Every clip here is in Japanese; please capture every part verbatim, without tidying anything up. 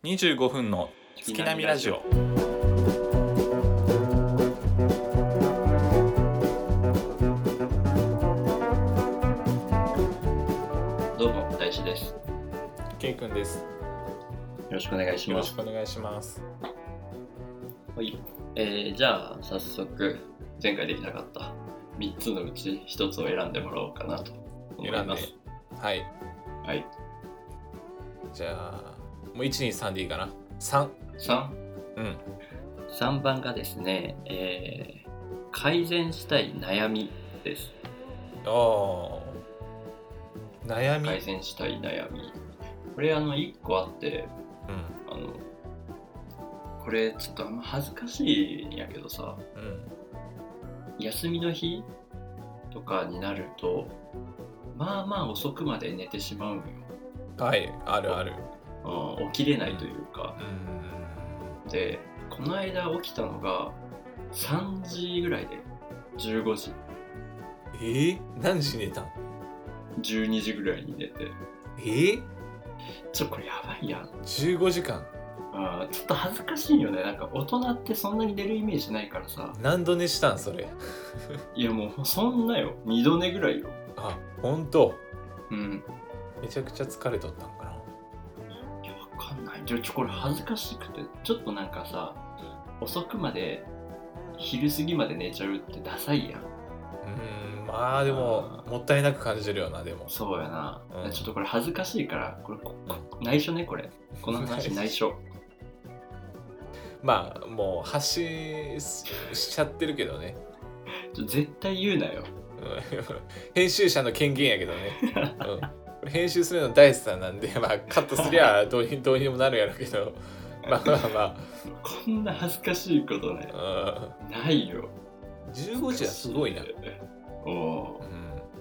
にじゅうごふんの月並みラジオ。 どうも大志です。 ケイくんです。 よろしくお願いしよろます。 しくお願いします。 はい、えー、じゃあ早速前回できなかったみっつのうちひとつを選んでもらおうかなと思い選んでます。 はいはい。 じゃあもういちにさんでいいかな。さん。 さんうんさんばんがですね、えー、改善したい悩みです。 あー悩み。 改善したい悩み、これあのいっこあって、 うんあのこれちょっとあんま恥ずかしいんやけどさ、 うん休みの日とかになるとまあまあ遅くまで寝てしまうんよ。 はいあるある。 うん、起きれないというか、 うんでこの間起きたのがさんじぐらいでじゅうごじえー、何時寝たん？ じゅうにじぐらいに寝て、 えー、 ちょこれやばいやん。 じゅうごじかん。 あちょっと恥ずかしいよね。なんか大人ってそんなに寝るイメージないからさ。 何度寝したんそれ？ いやもうそんなよ、にど寝ぐらいよ。 あ、ほんと。 うんめちゃくちゃ疲れとったんかな。 いやわかんない。ちょちょこれ恥ずかしくて、ちょっとなんかさ、遅くまで昼過ぎまで寝ちゃうってダサいやん。 うーんまあでももったいなく感じるよな。でもそうやな、 うん、 ちょっとこれ恥ずかしいからこれここ内緒ね。これこの話内緒。 まあもう発信しちゃってるけどね。 ちょ絶対言うなよ。 編集者の権限やけどね、うん、編集するの大好きさんなんで、まあ、カットすりゃどうにどうにでもなるやろうけど、まあまあまあこんな恥ずかしいことね、 うん、 ないよ。 じゅうごじはすごいな。 おお、 うん、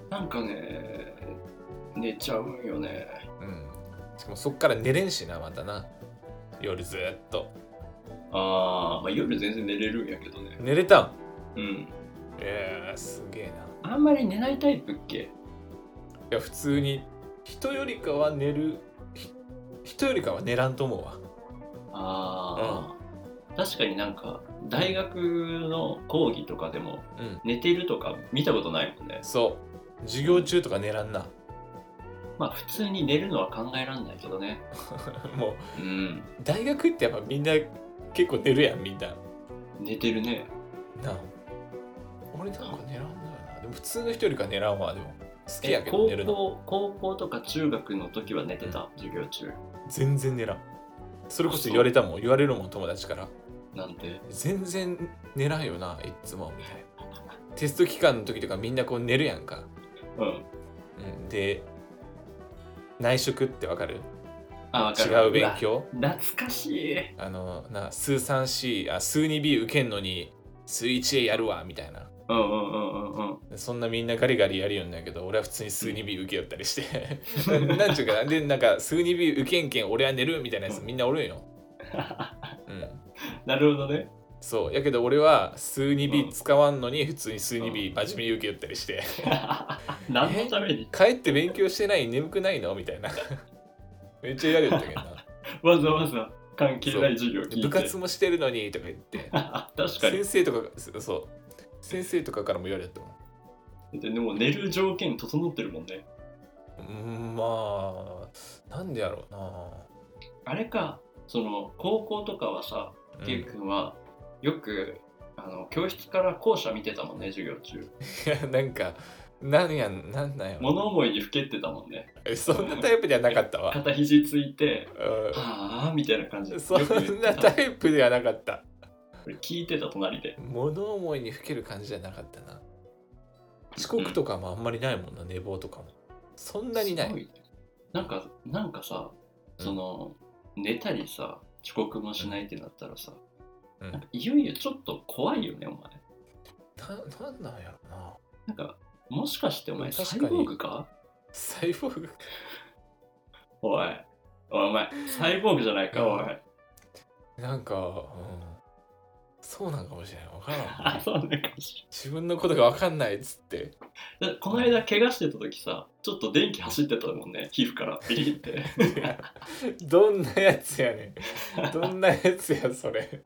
なんかね寝ちゃうんよね。 うん、しかもそっから寝れんしな、またな夜ずっと。 あー、まあ夜全然寝れるんやけどね。 寝れたん？ うんえー、すげえな。 あんまり寝ないタイプっけ？ いや普通に人よりかは寝るひ人よりかは寝らんと思うわ。 あー、確かになんか大学の講義とかでもうん寝てるとか見たことないもんね。 そう授業中とか寝らんな。 まあ普通に寝るのは考えらんないけどね。 もううん大学ってやっぱみんな結構寝るやんみんな。 寝てるね。 なあ俺なんか寝らんないな。でも普通の人よりか寝らんわ。でも好きやけど高寝るの。 校高校とか中学の時は寝てた、 うん授業中全然寝らん。それこそ言われたもん言われるもん友達から。 なんて。 全然寝らんよないっつもみたいな。テスト期間の時とかみんなこう寝るやんか。 うんうん、で内職ってわかる？ あわかる。 違う勉強。 懐かしい。 あのな数 さんシー あ数 にビー 受けんのに数 いちエー やるわみたいな。 うんうんうんうんうん。 そんなみんなガリガリやるようんだけど俺は普通に数 にビー 受けよったりしてなんちゅうかでなんか数 にビー 受けんけん俺は寝るみたいなやつみんなおるんよ、うん、 なるほどね。 そうやけど俺は数 にビー 使わんのに普通に数 にビー 真面目に受けよったりして何のために帰って勉強してない眠くないのみたいなめっちゃやるよったけどなわざわざ関係ない授業聞いて部活もしてるのにとか言って確かに先生とかそう先生とかからも言われたもん。 でも寝る条件整ってるもんね。 うんまあなんでやろうな。 あれか、その高校とかはさ、ケイ君はよくあの教室から校舎見てたもんね、授業中。 いやなんかなんやなんなんやろ物思いにふけってたもんね。 そんなタイプではなかったわ。 肩肘ついて、 うんはぁーみたいな感じで。 そんなタイプではなかった。 聞いてた隣で。 物思いにふける感じじゃなかったな。遅刻とかもあんまりないもんな、寝坊とかも。そんなにない。 すごいなんか、なんかさ、その、うん、寝たりさ、遅刻もしないってなったらさ、うん、なんかいよいよちょっと怖いよね、お前。 な、なんなんやろな。 なんか、もしかしてお前、サイボーグか？ サイボーグおい、おい、お前、サイボーグじゃないか、おい。 なんか、うん、 そうなんかもしれない。わからん。 あ、そうなんかもしれない。 自分のことがわかんないっつって。 だこの間怪我してた時さ、ちょっと電気走ってたもんね、皮膚からビリって。 どんなやつやねん。どんなやつや、それ。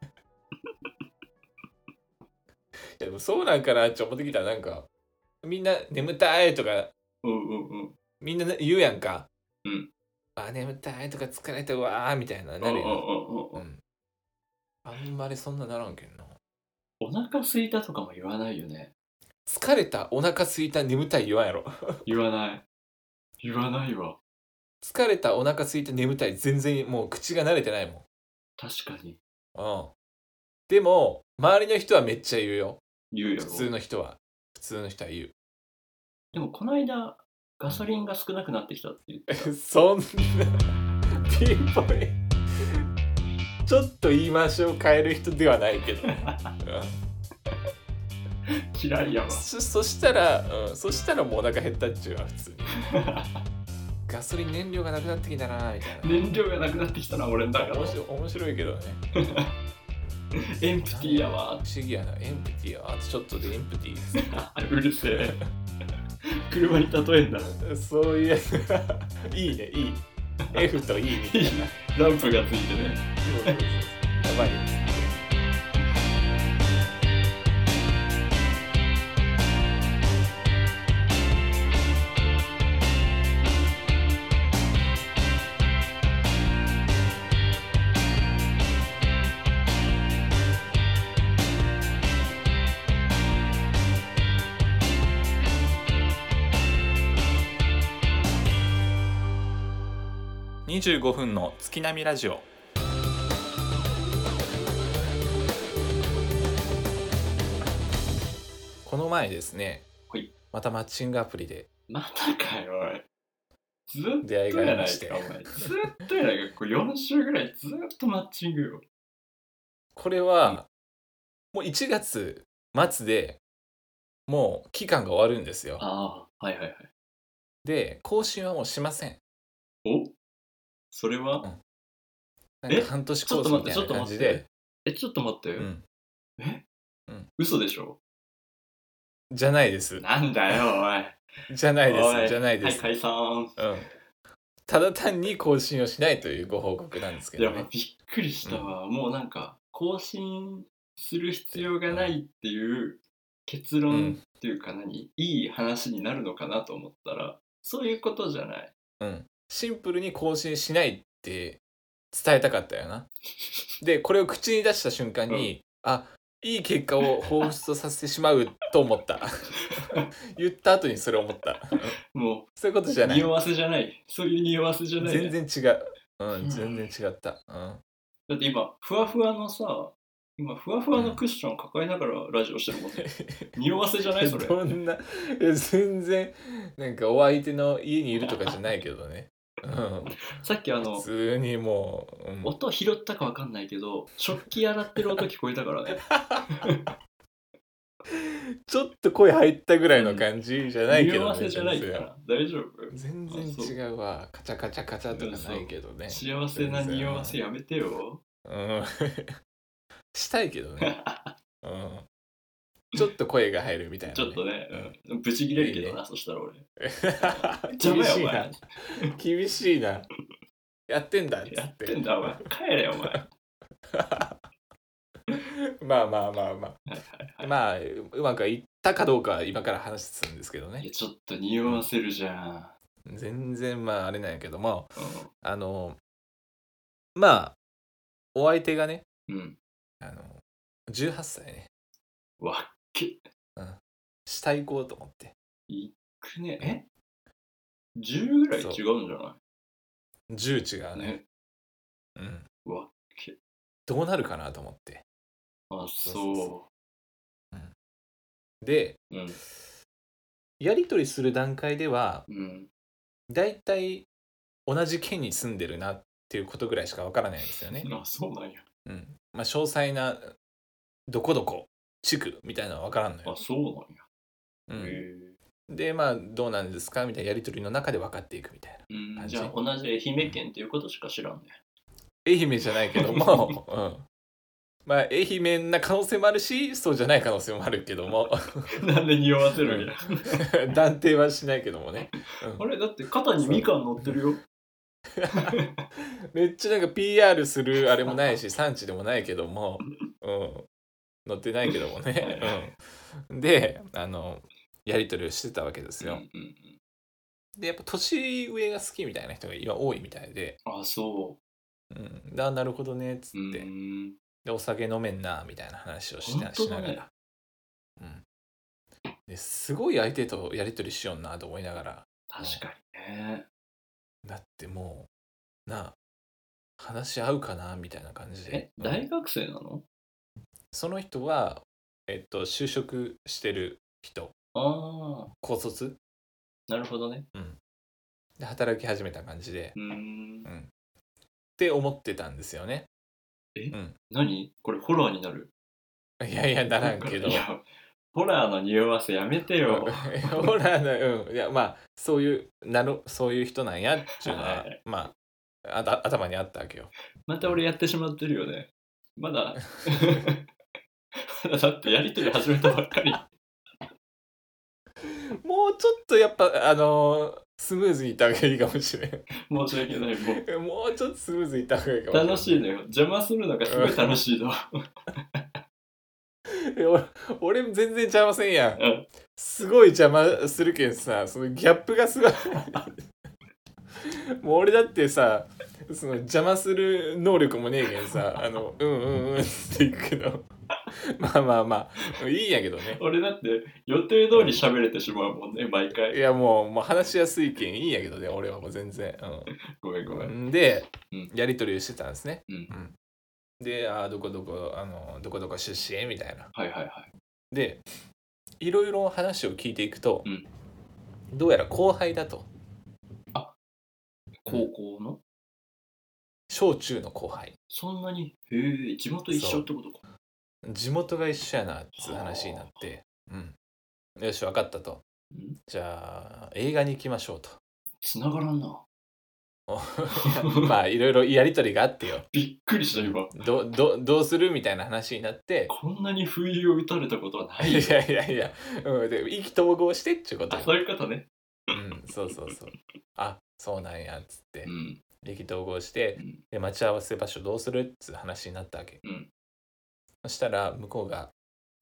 いやでもそうなんかなって思ってきたら、なんか、みんな眠たいとか、 うんうんうん。 みんな言うやんか。 うん。 あ、眠たいとか疲れたわーみたいななるやん。 うんうんうんうん。 うん。あんまりそんなならんけんな。 お腹空いたとかも言わないよね。 疲れた、お腹空いた、眠たい言わんやろ。 言わない。言わないわ。 疲れた、お腹空いた、眠たい、全然もう口が慣れてないもん。 確かに。 うん。でも、周りの人はめっちゃ言うよ。 言うよ。 普通の人は。普通の人は言う。 でもこの間、ガソリンが少なくなってきたって言ってた。 そんな、ピンポイント。ちょっと言い回しを変える人ではないけどね。 嫌いやわ。 そ, そしたら、うん、そしたらもうお腹減ったっちゅうわ、普通に。ガソリン燃料がなくなってきたなみたいな。 燃料がなくなってきたな、俺の中面白い面白いけどね。 エンプティーやわ。 不思議やな。エンプティーや。あとちょっとでエンプティーです。 うるせえ。車に例えんだ。 そういうやつ。いいね、いい。F と E みたいな。 ランプがついてね。 そうそうそう。やばいです。にじゅうごふんの月並みラジオ。この前ですね、 はい、 またマッチングアプリでまたかよ、おい。ずっ出会いとやないがありまして、 か、お前。ずっとやないか、これよん週ぐらいずっとマッチングよ。 これはもういちがつ末でもう期間が終わるんですよ。 ああ、はいはいはい。 で、更新はもうしません。 おそれは、 うんなんか半年コースみたいな感じで。 え、ちょっと待って。 うん、 え、 うん、 嘘でしょ。 じゃないです。 なんだよ、おい。 じゃないでおす。じゃないです。 はい、解散。 うん。ただ単に更新をしないというご報告なんですけいや、 どね。 びっくりしたわ、うん。もうなんか、更新する必要がないっていう結論っていうか何、うん、いい話になるのかなと思ったら、そういうことじゃない。 うん。シンプルに更新しないって伝えたかったよな。で、これを口に出した瞬間に、うん、あ、いい結果を彷彿とさせてしまうと思った。言った後にそれ思った。 もう、 そういうことじゃない。 匂わせじゃない。そういう匂わせじゃない、 ね。全然違う。うん、全然違った。うん。 だって今、ふわふわのさ、今、ふわふわのクッション抱えながらラジオしてるもんね。匂わせじゃないそれ。 どんな、全然、なんかお相手の家にいるとかじゃないけどね。うん、 さっきあの普通にもう、 うん、音拾ったかわかんないけど食器洗ってる音聞こえたからね。 ちょっと声入ったぐらいの感じじゃないけどね。 匂わせじゃないから大丈夫。 全然違うわ。カチャカチャカチャとかないけどね。 幸せな匂わせやめてよ。 うんしたいけどね。うん。ちょっと声が入るみたいな、ね。 ちょっとね、うん、ブチギレるけどな、いいね、そしたら俺。 厳しいな。厳しいな。やってんだっつって。 やってんだ、お前。帰れよ、お前。 まあまあまあまあ。はいはいはい、まあ、うまくいったかどうかは今から話するんですけどね。 いや、ちょっと匂わせるじゃん。 うん、全然まああれなんやけども、 うん、 あの、まあ、お相手がね、 うん、 あのじゅうはっさいね。 わっけ。 うん。下行こうと思って。 いくね。え ?じゅう ぐらい違うんじゃない？ じゅう 違うね。ね、うん。 わっけ。 どうなるかなと思って。 あ、そう。そうそうそう、 うん、で、 うん、 やり取りする段階では、 うん、 だいたい同じ県に住んでるなっていうことぐらいしかわからないんですよね。 あ、そうなんや。 うん。まあ、詳細な、どこどこ、地区みたいなのはわからんのよ。 あ、そうなんや。 うん。へで、まあ、どうなんですかみたいなやり取りの中で分かっていくみたいな感じ。 うん、じゃあ、同じ愛媛県っていうことしか知らんね。 愛媛じゃないけども、うん。 まあ愛媛な可能性もあるし、そうじゃない可能性もあるけどもなんで匂わせるんや。 断定はしないけどもね、うん、 あれだって肩にみかん乗ってるよ。 めっちゃなんか ピーアール するあれもないし産地でもないけども、うん、載ってないけどもね、うん、であのやり取りをしてたわけですよ、 うんうんうん、 でやっぱ年上が好きみたいな人が今多いみたいで、 あそう、うん、だなるほどねっつう。うってーん。 でお酒飲めんなみたいな話をし本な当だね。 しながら、うん、ですごい相手とやり取りしようなと思いながら、 確かにね。 だってもうな話し合うかなみたいな感じで、 え、 うん大学生なの？ その人はえっと就職してる人、 ああ、 高卒、 なるほどね。 うん、で働き始めた感じで、 うーん。 うん、って思ってたんですよね。 え、 うん、 何これホラーになる？ いやいやならんけど、 いや、ホラーの匂わせやめてよ。 うんホラーの、うん、いやまあそういうなるそういう人なんやっちゅうのは、 はい、 まああた頭にあったわけよ。 また俺やってしまってるよね。まだまだだってやりとり始めたばっかり。 もうちょっとやっぱあのースムーズにいった方がいいかもしれん。 申し訳ない。もうもうちょっとスムーズにいった方がいいかもしれん。 楽しいのよ。邪魔するのがすごい楽しいの。 俺俺全然邪魔せんやん。 うん、 すごい邪魔するけんさ、そのギャップがすごい。もう俺だってさ、その邪魔する能力もねえけんさ、あのうんうんうんっていくけど、まあまあまあいいんやけどね。 俺だって予定通り喋れてしまうもんね、毎回。 いやもうもう話しやすいけんいいんやけどね、俺はもう全然。 ごめんごめん。 うん、で、 うんやり取りをしてたんですね。 うん、 うん、で、あどこどこあのどこどこ出身みたいな。 はいはいはい。 で、いろいろ話を聞いていくと、 うん、 どうやら後輩だと。 あ、高校の、 小中の後輩。 そんなに、へえ、地元一緒ってことか。 地元が一緒やなっつう話になって、うん、よし分かったと。 んじゃあ映画に行きましょうと。 繋がらんな。 いやまあいろいろやり取りがあってよ。 びっくりした今。 どどどうするみたいな話になって、 こんなに不意を打たれたことはないよ。 いやいやいや、うん、で意気投合してっちゅうことあ、 よ。 そういうことね。 うん、そうそうそう。あ、そうなんやっつってう、ん。 意気投合してう、ん。 で待ち合わせ場所どうするっつう話になったわけ。 うん。 そしたら向こうが、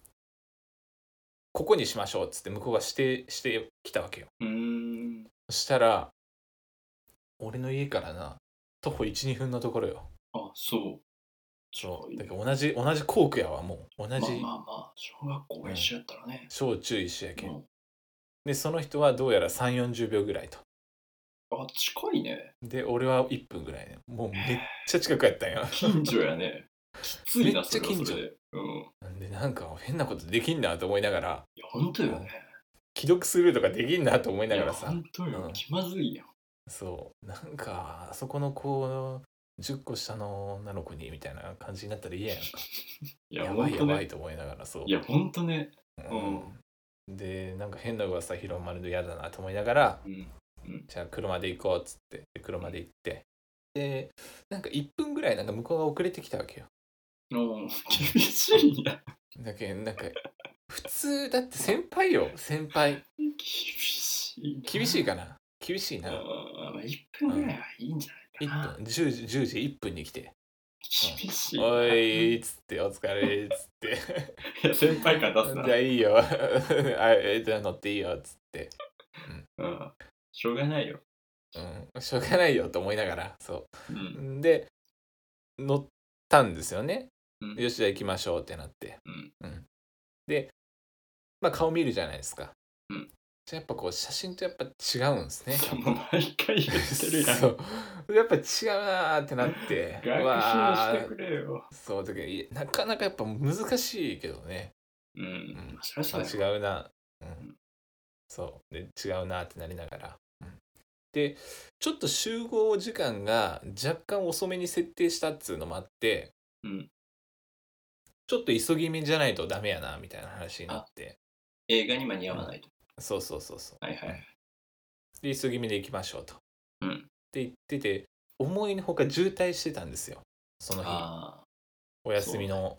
ここにしましょうっつって向こうが指定してきたわけよ。 うーん。 そしたら、俺の家からな、徒歩いち、にふんのところよ。 あ、そう。 そう。 近いねだから同じ、同じ校区やわ、もう。同じ、 まあまあまあ、小学校が一緒やったらね。 小中一緒やけん。 うん。 で、その人はどうやらさん、よんじゅうびょうぐらいと。 あ、近いね。 で、俺はいっぷんぐらいね。もうめっちゃ近くやったんよ。 近所やね。きついな、 めっちゃ近所それはそれで。うん。 なんで、なんか変なことできんなと思いながら、 いや、ほんとよね。 既読スルーとかできんなと思いいや、 ながらさほ。んとよ。 うん気まずいやん。 そう。なんか、あそこの子、じゅっこ下の女の子にみたいな感じになったら嫌やんか。 いや、 やほんとね。 ばいやばいと思いながら、そう。 いや、ほんとね。 うん、で、なんか変な噂広まるの嫌だなと思いながら、 うん。うん。 じゃあ車で行こうっつって、で車で行って、で、なんかいっぷんぐらいなんか向こうが遅れてきたわけよ。 おー厳しいんや。 だけど、なんか、普通、だって先輩よ、先輩。 厳しいな。 厳しいかな厳しいな。 あーまあ、いっぷんぐらいはいいんじゃないかな。 いっぷん、じゅうじ、じゅうじいっぷんに来て、 厳しいな。 おいいっつって、お疲れっつって。 や、先輩感出すな。 じゃあいいよ。あえじゃあ乗っていいよっつって。 うん。しょうがないよ。 うん、しょうがないよと思いながら、そう。 うん。 で、乗ったんですよね。 うん。 よし、じゃあ行きましょうってなって。 うん。 うん、で、まあ顔見るじゃないですか。 うん。 じゃあやっぱこう写真とやっぱ違うんですね。 もう毎回言ってるやん。 そう。やっぱ違うなーってなって。 学習してくれよ。 そうだけどいなかなかやっぱ難しいけどね。 うん。 うん、 そりゃそうあやろ。 違うな、うん。そうで違うなってなりながら。うん、でちょっと集合時間が若干遅めに設定したっつうのもあって、 うん。 ちょっと急ぎ目じゃないとダメやなみたいな話になって。 映画に間に合わないと。 そうそうそうそう。 はいはい。 で急ぎ目で行きましょうと。 うん。 って言ってて、思いのほか渋滞してたんですよ。その日。 ああ。 お休みの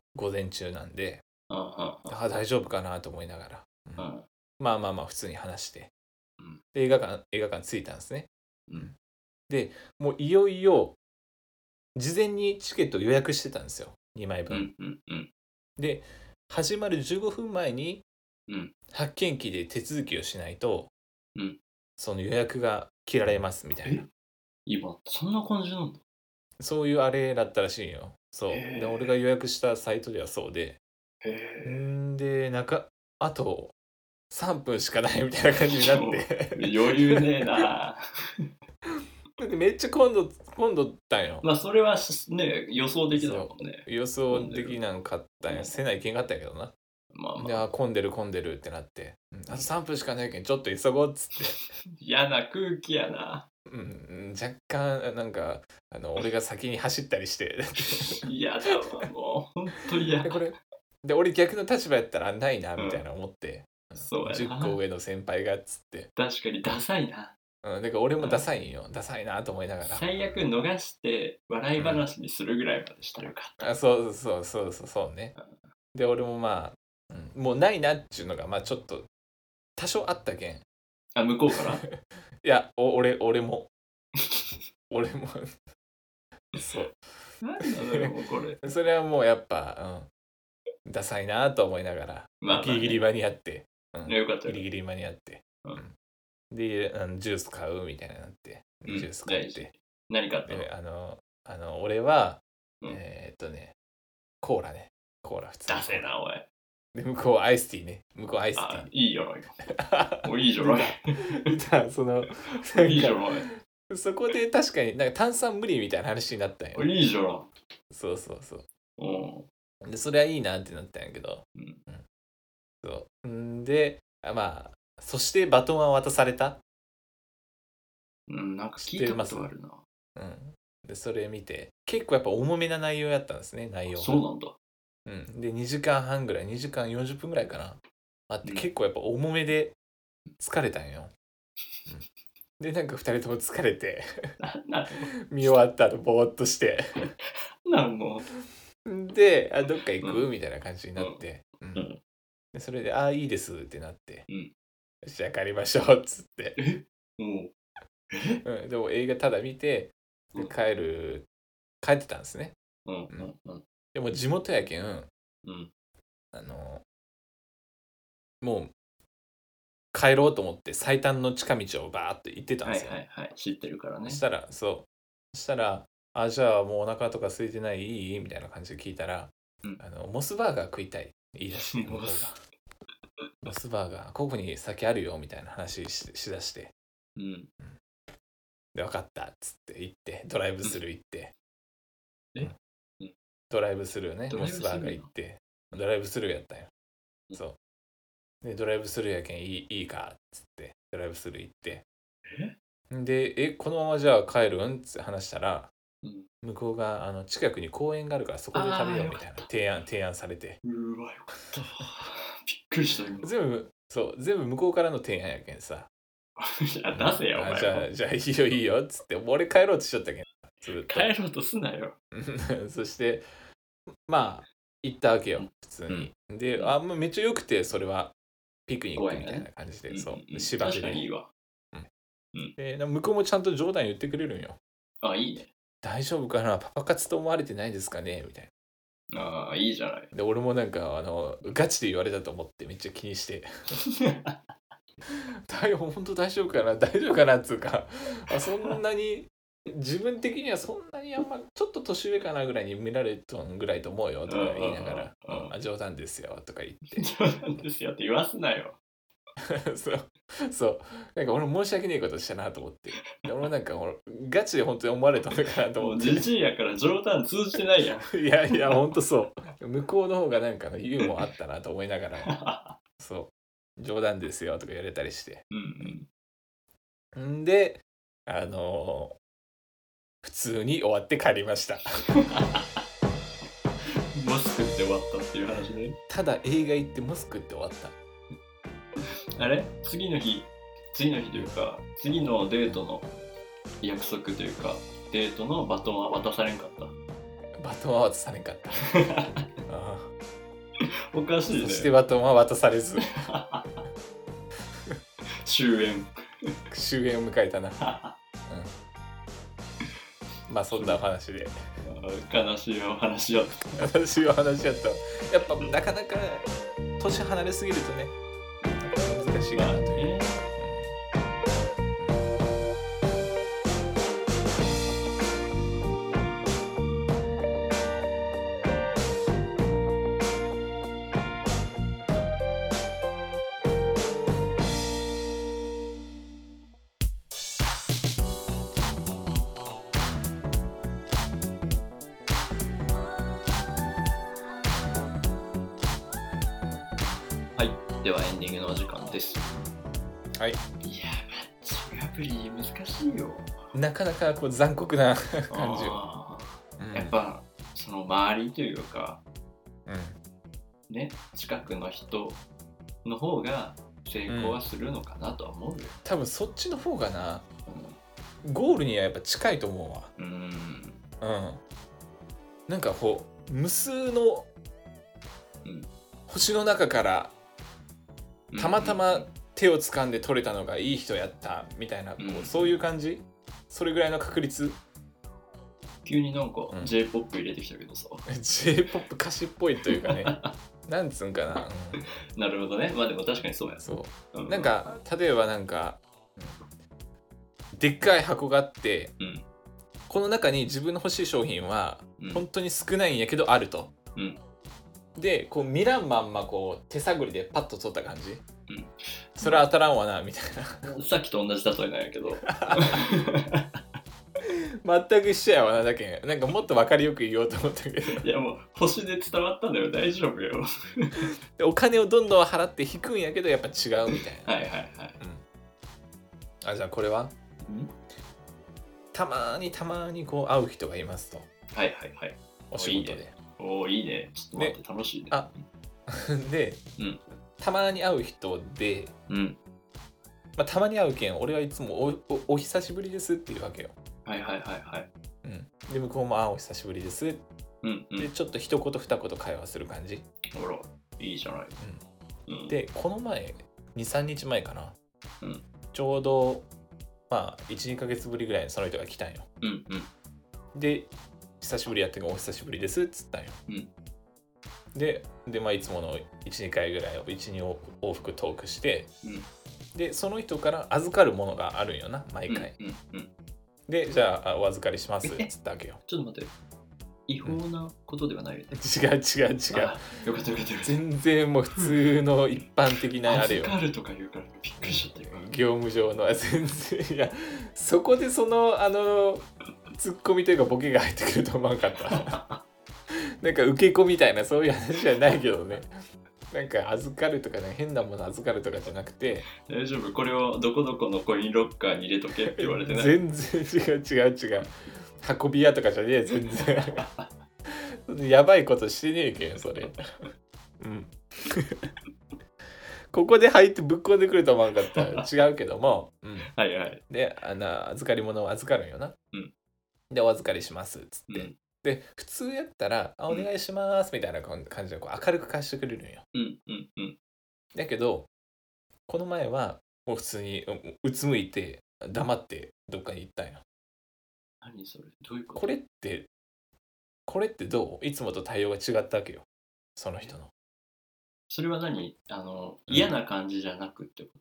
午前中なんで、 うんうんうんあ大丈夫かなと思いながら、うんうんまあまあまあ普通に話して、 うんで映画館映画館着いたんですね。 うんでもういよいよ事前にチケット予約してたんですよ、にまいぶん。 うんうんうんで始まるじゅうごふんまえにうん発券機で手続きをしないと、 うんその予約が切られますみたいな、 え今そんな感じなんだ。 そういうあれだったらしいよ。そうへーで俺が予約したサイトではそうで、 へえ。 んでなんかあとさんぷんしかないみたいな感じになって余裕ねえな。 なんかめっちゃ混んど混んどったんよ。 まあそれはね予想できたもんね。 予想できなんかったんや。せないけんかったんやけどな。 まあで、 まああ混んでる混んでるってなって、うん、あとさんぷんしかないけんちょっと急ごうっつって、 嫌な空気やな。 うん、若干なんかあの俺が先に走ったりして嫌だわもう本当に嫌。 でこれで俺逆の立場やったらないなみたいな思って、 うん、そうやな。 じゅっこ上の先輩がっつって、 確かにダサいな。 うん、だから俺もダサいんよ、ダサいなと思いながら、 最悪逃して笑い話にするぐらいまでしたらよかった。 あそうそうそうそうそうね。で俺もまあ、うん、もうないなっていうのがまあちょっと多少あったけん。 あ向こうからいやお俺俺も俺もそう何なのよもうこれ。 それはもうやっぱ、うん、ダサいなと思いながら、 まあまあねギリギリ間に合って、うん、 よかったよギリギリ間に合って、 うんうんであのジュース買うみたいななって、 うんジュース買っ大事て、 何買ったのであのあの俺は、 うんえーっとねコーラねコーラ普通にダセなおい。 で向こうアイスティーね向こうアイスティあーいいじゃないか。もういいじゃない。 見たそのいいじゃなんない。 かそこで確かになんか炭酸無理みたいな話になったんよ。 いいじゃない。 そうそうそううんでそれはいいなってなったんやけど、 うんそうんであまあそしてバトンは渡された、 うんなんか聞いたことあるな。 うん、でそれ見て結構やっぱ重めな内容やったんですね、内容が。 そうなんだ。 うん、でにじかんはんぐらいにじかんよんじゅっぷんぐらいかなあって、 うん結構やっぱ重めで疲れたんよ、うん、でなんかふたりとも疲れてな見終わった後ぼーっとしてなんもであどっか行く、 うんみたいな感じになって、うんうんでそれで「ああいいです」ってなってうん 「よしじゃあ帰りましょう」っつって、 もううん、でも映画ただ見てで帰る帰ってたんですね。 うんうんうんでも地元やけんうんあのもう帰ろうと思って最短の近道をバーって行ってたんはいですよ。 はいはい知ってるからねそ。したらそうそしたら「あじゃあもうお腹とか空いてないいい?」みたいな感じで聞いたら、 うんあのモスバーガー食いたい言い出して向こうがモスバーガーここに酒あるよみたいな話ししだして、 うんで分かったっつって行ってドライブスルー行ってえうんドライブスルーねモドライブスルースバーガー行ってドライブスルーやったんよ。 うんそうでドライブスルーやけんいいいいかっつってドライブスルー行ってえでえこのままじゃあ帰るんって話したらうん向こうがあの近くに公園があるからそこで食べようみたいなあーよかった提案提案されて、 うわよかった。びっくりした今。 全部そう全部向こうからの提案やけんさいや出せやお前あじゃあじゃあいいよいいよっつって俺帰ろうとしちゃったけんずっと帰ろうとすなよ。 そしてまあ行ったわけよ普通に、でうんあもうめっちゃ良くてそれはピクニックみたいな感じで、そううんうん芝生で確かにいいわ。 で向こうもちゃんと冗談言ってくれるんよ。 あいいね。 大丈夫かなパパ活と思われてないですかねみたいな。 ああいいじゃない。 で俺もなんかあのガチで言われたと思ってめっちゃ気にして大本当大丈夫かな大丈夫かなっつうかあそんなに自分的にはそんなにあんまちょっと年上かなぐらいに見られとんぐらいと思うよとか言いながらうんうんうんうんあ冗談ですよとか言って冗談ですよって言わすなよ。 そうそうなんか俺申し訳ねえことしたなと思ってで俺なんか俺ガチで本当に思われたのかなともう思ってじじいやから冗談通じてないやん。 いやいや本当そう向こうの方がなんかのユーモアあったなと思いながらそう冗談ですよとか言われたりしてうんんであのー普通に終わって帰りましたモスクって終わったっていう話ね。 ただ映画行ってモスクって終わったあれ次の日次の日というか次のデートの約束というかデートのバトンは渡されんかった。 バトンは渡されんかったあおかしいね。 そしてバトンは渡されず終焉終焉を迎えたな、うん、まあそんなお話で悲しいお話や悲しいお話やった。やっぱなかなか年離れすぎるとね難しいかなという、まあね、 ではエンディングのお時間です。 はい。いやマッチングアプリ難しいよ。 なかなかこう残酷な感じよ、うん、やっぱその周りというか、うん、ね近くの人の方が成功はするのかなとは思うよ、うん、 多分そっちの方がな、うん、ゴールにはやっぱ近いと思うわ。うん、うん、なんかこう無数の星の中からたまたま手を掴んで取れたのがいい人やったみたいな、こうそういう感じ。それぐらいの確率。 急になんか J-ポップ 入れてきたけどさ、 うん、J-ポップ 歌詞っぽいというかねなんつうんかな、 うん、なるほどね。まあでも確かにそうや。 そう、うん、なんか例えばなんか、うん、でっかい箱があって、うん、この中に自分の欲しい商品は本当に少ないんやけどあると、うん、でこう見らんまんまこう手探りでパッと取った感じ、うん、それは当たらんわなみたいなさっきと同じ例えなんやけど全く一緒やわな。だけなんかもっと分かりよく言おうと思ったけどいやもう星で伝わったんだよ。大丈夫よでお金をどんどん払って引くんやけどやっぱ違うみたいなはいはいはい、 うん、あじゃあこれは、んたまにたまにこう会う人がいますと。 はいはいはい。 お仕事で。 おーいいね。ちょっと待って楽しいね。 あで、うん、たまに会う人で、うんまあ、たまに会うけん俺はいつも お, お, お久しぶりですっていうわけよ。 はいはいはいはい、 うん、で向こうもあお久しぶりです、うんうん、でちょっと一言二言会話する感じ。 ほらいいじゃない、 うんうん、でこの前 に,さん 日前かな、うん、ちょうどまあ いち,に ヶ月ぶりぐらいにその人が来たんよ、うんうん、で久しぶりやってお久しぶりですっつったんよ、うん、で, で、まあ、いつもの いち,に 回ぐらいをいち,に 往復トークして、うん、でその人から預かるものがあるんよな毎回、うんうんうん、でじゃあお預かりしますっつったわけよ。 ちょっと待って違法なことではないよね、うん、 違う違う違う。 よかったよかったよかった。 全然もう普通の一般的なあれよ。 預かるとか言うからびっくりしちゃったよ。 業務上の全然いやそこでそのあのツッコミというかボケが入ってくると思わなかったなんか受け子みたいなそういう話じゃないけどね。なんか預かるとかね変なもの預かるとかじゃなくて大丈夫これをどこどこのコインロッカーに入れとけって言われてない。 全然違う違う違う運び屋とかじゃねえ全然やばいことしてねえけんそれうんここで入ってぶっこんでくると思わなかったら違うけども、うん、 はいはいであの預かり物を預かるんよな、うん、でお預かりしますっつって、うん、で普通やったらあお願いしますみたいな感じでこう明るく返してくれるんよ、うんうんうん、だけどこの前はもう普通にうつむいて黙ってどっかに行ったんよ。 何それどういうこと？ これってこれってどう？いつもと対応が違ったわけよその人の。 それは何あの嫌な感じじゃなくってこと？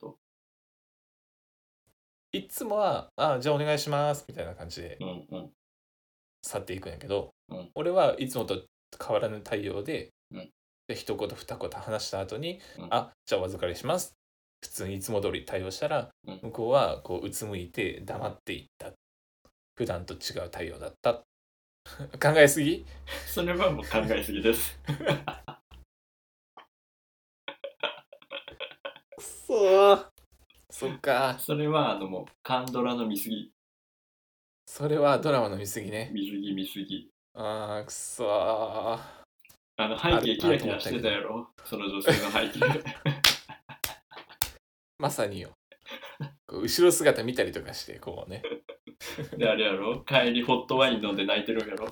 いつもはあじゃあお願いしますみたいな感じで去っていくんやけど、うん、俺はいつもと変わらぬ対応で、うん、で一言二言話した後に、うん、あじゃあお預かりします普通にいつも通り対応したら、うん、向こうはこううつむいて黙っていった。普段と違う対応だった考えすぎ？ それはもう考えすぎですくそーそっかそれはあのもうカンドラの見すぎ。 それはドラマの見すぎね。 見すぎ見すぎ。 あーくそーあの背景キラキラしてたやろその女性の背景まさによこう後ろ姿見たりとかしてこうねであれやろ、帰りホットワイン飲んで泣いてるんやろ。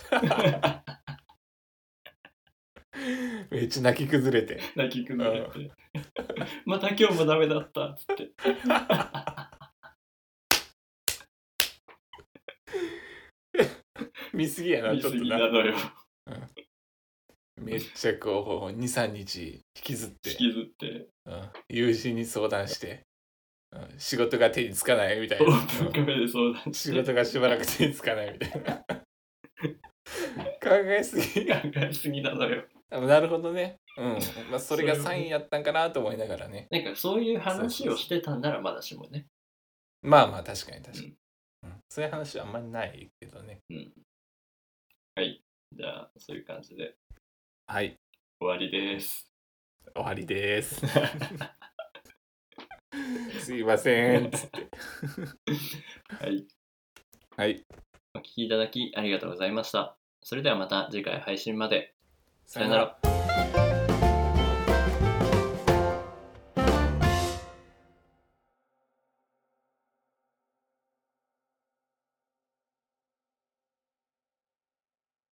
めっちゃ泣き崩れて。 泣き崩れて。また今日もダメだったっつって。 見すぎやな、 見すちょっとな。 ぎなのよ。 めっちゃこうに、さんにち引きずって、 引きずって、 うん、友人に相談して、うん、仕事が手につかないみたいオな。 ープンカフェで相談して。 仕事がしばらく手につかないみたいな。考えすぎ。 考えすぎなのよ。 なるほどね。うん。まあ、それがサインやったんかなと思いながらね。 なんかそういう話をしてたんならまだしもね。 まあまあ、確かに確かに。 うんうん、そういう話はあんまりないけどね。 うん。はい。じゃあ、そういう感じで。 はい。 終わりです。 終わりです。すいません。つって。 はい。 はい。 お聞きいただきありがとうございました。それではまた次回配信まで。 さよなら。